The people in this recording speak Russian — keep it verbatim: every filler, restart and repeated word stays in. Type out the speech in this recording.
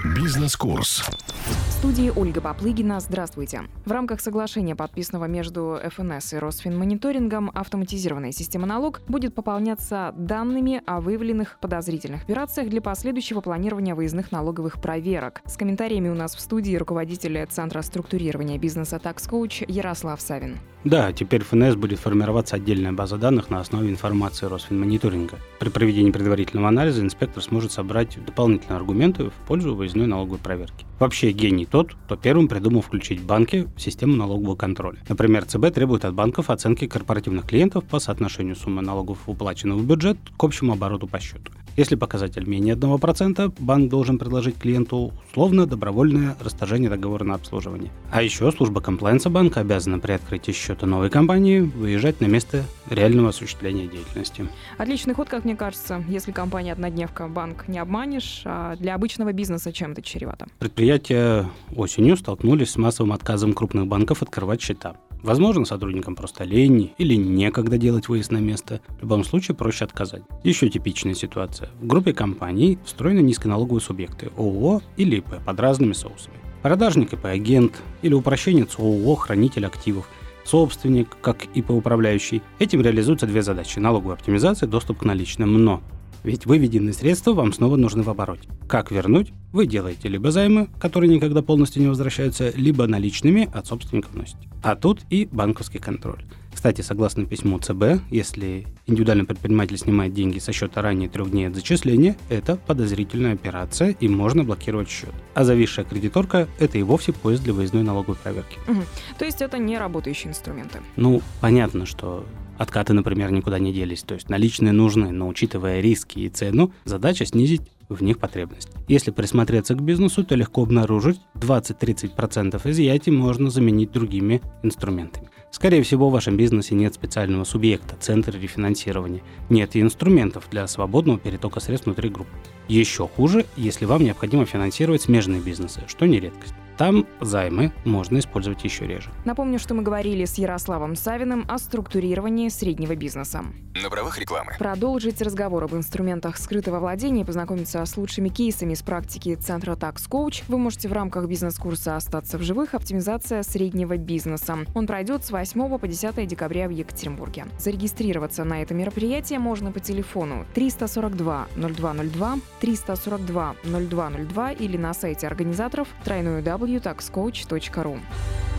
Бизнес-курс. В студии Ольга Поплыгина. Здравствуйте. В рамках соглашения, подписанного между эф эн эс и Росфинмониторингом, автоматизированная система налог будет пополняться данными о выявленных подозрительных операциях для последующего планирования выездных налоговых проверок. С комментариями у нас в студии руководитель Центра структурирования бизнеса Tax Coach Ярослав Савин. Да, теперь эф эн эс будет формироваться отдельная база данных на основе информации Росфинмониторинга. При проведении предварительного анализа инспектор сможет собрать дополнительные аргументы в пользу выездной налоговой проверки. Вообще гений тот, кто первым придумал включить банки в систему налогового контроля. Например, ЦБ требует от банков оценки корпоративных клиентов по соотношению суммы налогов, уплаченных в бюджет, к общему обороту по счету. Если показатель менее одного процента, банк должен предложить клиенту условно-добровольное расторжение договора на обслуживание. А еще служба комплаенса банка обязана при открытии счета новой компании выезжать на место реального осуществления деятельности. Отличный ход, как мне кажется. Если компания однодневка, банк не обманешь, а для обычного бизнеса чем это чревато? Предприятия осенью столкнулись с массовым отказом крупных банков открывать счета. Возможно, сотрудникам просто лень или некогда делать выезд на место. В любом случае проще отказать. Еще типичная ситуация. В группе компаний встроены низконалоговые субъекты ООО или ИП под разными соусами. Продажник ИП-агент или упрощенец ООО хранитель активов, собственник, как ИП-управляющий. Этим реализуются две задачи: налоговая оптимизация и доступ к наличным. Но ведь выведенные средства вам снова нужны в обороте. Как вернуть? Вы делаете либо займы, которые никогда полностью не возвращаются, либо наличными от собственников носите. А тут и банковский контроль. Кстати, согласно письму ЦБ, если индивидуальный предприниматель снимает деньги со счета ранее трех дней от зачисления, это подозрительная операция и можно блокировать счет. А зависшая кредиторка – это и вовсе поиск для выездной налоговой проверки. Угу. То есть это не работающие инструменты? Ну, понятно, что откаты, например, никуда не делись. То есть наличные нужны, но учитывая риски и цену, задача снизить в них потребность. Если присмотреться к бизнесу, то легко обнаружить, двадцать-тридцать процентов изъятий можно заменить другими инструментами. Скорее всего, в вашем бизнесе нет специального субъекта, центра рефинансирования. Нет и инструментов для свободного перетока средств внутри группы. Еще хуже, если вам необходимо финансировать смежные бизнесы, что не редкость. Там займы можно использовать еще реже. Напомню, что мы говорили с Ярославом Савиным о структурировании среднего бизнеса. На правах рекламы. Продолжить разговор об инструментах скрытого владения и познакомиться с лучшими кейсами с практики Центра Tax Coach вы можете в рамках бизнес-курса «Остаться в живых. Оптимизация среднего бизнеса». Он пройдет с восьмого по десятое декабря в Екатеринбурге. Зарегистрироваться на это мероприятие можно по телефону триста сорок два ноль два ноль два, триста сорок два ноль два ноль два или на сайте организаторов дабл ю дабл ю дабл ю точка tax coach точка ру.